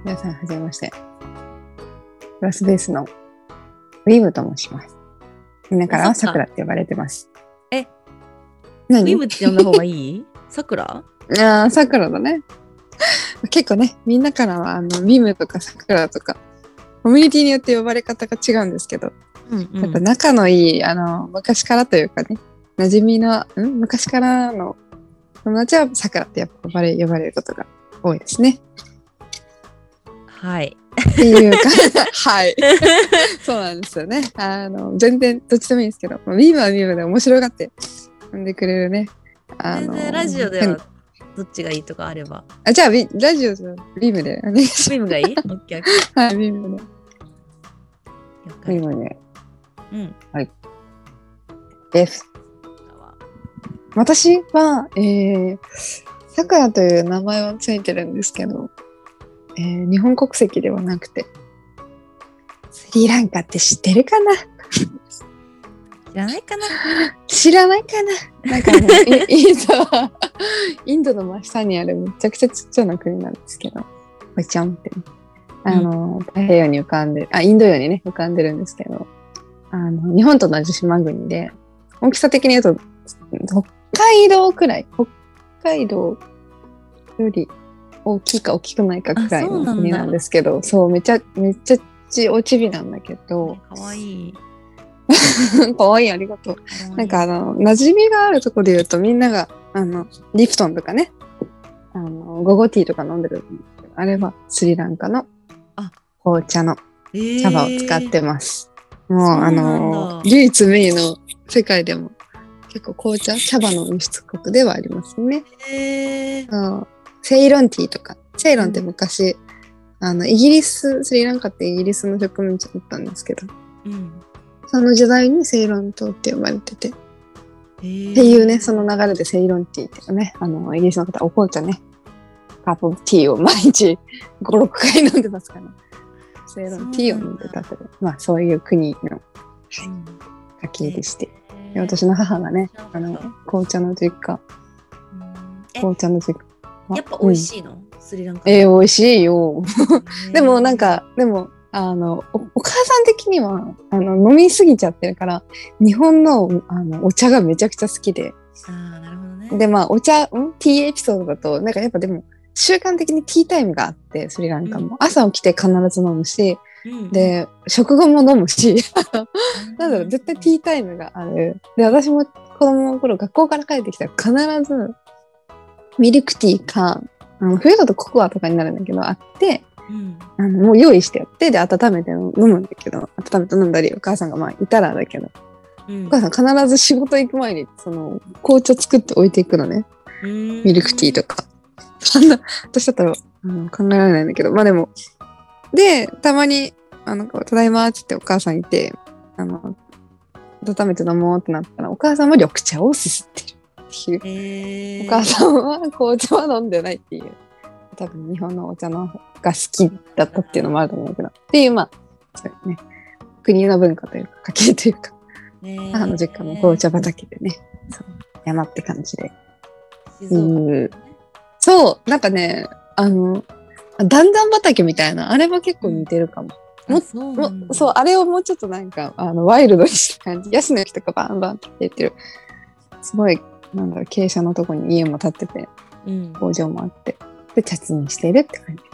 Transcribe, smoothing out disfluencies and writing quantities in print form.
皆さんはじめまして。クラスベースのウィムと申します。みんなからはさくらって呼ばれてます。 ウ何ィムって呼んだ方がいい？さくら？ ああ、さくらだね。結構ね、みんなからはウィムとかさくらとか、コミュニティによって呼ばれ方が違うんですけど、やっぱ仲のいい、昔からというかね、馴染みの、昔からの友達はさくらってやっぱ呼ばれることが多いですね。 はい。 っていうか、はい。そうなんですよね。全然どっちでもいいんですけど、ウィムはウィムで面白がって呼んでくれるね。 全然ラジオではどっちがいいとかあれば。 じゃあ、ラジオでウィムでお願いします。 ウィムがいい？オッケー。 はい、ウィムで。ウィムで。はい。です。私は、さくらという名前はついてるんですけど、日本国籍ではなくて、スリランカって知ってるかな？ 知らないかな？ 知らないかな？なんかインドの真下にあるめちゃくちゃちっちゃな国なんですけど、バチャンって、太平洋に浮かんで、インド洋にね、浮かんでるんですけど、日本と同じ島国で、大きさ的に言うと、北海道くらい、北海道より大きいか大きくないかくらいの国なんですけど、そう、めっちゃおちびなんだけど。 かわいい。 かわいい、ありがとう。なんか馴染みがあるところで言うと、みんなが、リプトンとかね、ゴゴティーとか飲んでる。あれはスリランカの紅茶の茶葉を使ってます。もう、唯一無二の世界でも結構茶葉の輸出国ではありますね。セイロンティーとか、セイロンって昔、イギリス、スリランカってイギリスの植民地だったんですけど、その時代にセイロン島って呼ばれてて、っていうね、その流れでセイロンティーっていうね、イギリスの方、お紅茶ね、カップティーを毎日5、6回飲んでますから、ね、セイロンティーを飲んでたという、まあそういう国の家系でして、で私の母がね、紅茶の実家、 やっぱ美味しいの？スリランカ。 美味しいよ。でもお母さん的には飲みすぎちゃってるから日本のお茶がめちゃくちゃ好きで。 なるほどね。 でティーエピソードだとなんかやっぱでも習慣的にティータイムがあってスリランカも、朝起きて必ず飲むし、で食後も飲むしなんだろう絶対ティータイムがある。で私も子供の頃学校から帰ってきたら必ずミルクティーか冬だとココアとかになるんだけどあって、もう用意してやってで温めて飲むんだけど温めて飲んだりお母さんがいたらだけど、お母さん必ず仕事行く前にその紅茶作って置いていくのね、ミルクティーとかそんな私だったら考えられないんだけどでもでたまにただいまって言ってお母さんいて温めて飲もうってなったらお母さんも緑茶をすすってるっていう、お母さんは紅茶は飲んでないっていう多分日本のお茶のが好きだったっていうのもあると思うけどっていうそうね国の文化というか家系というか、母の実家も紅茶畑でねそう山って感じでそうなんかね段々畑みたいなあれは結構似てるかも、そうあれをもうちょっとなんかワイルドにした感じヤシの木とかバンバンって言ってるすごい傾斜のとこに家も建ってて、工場もあってで茶摘みしてるって感じ。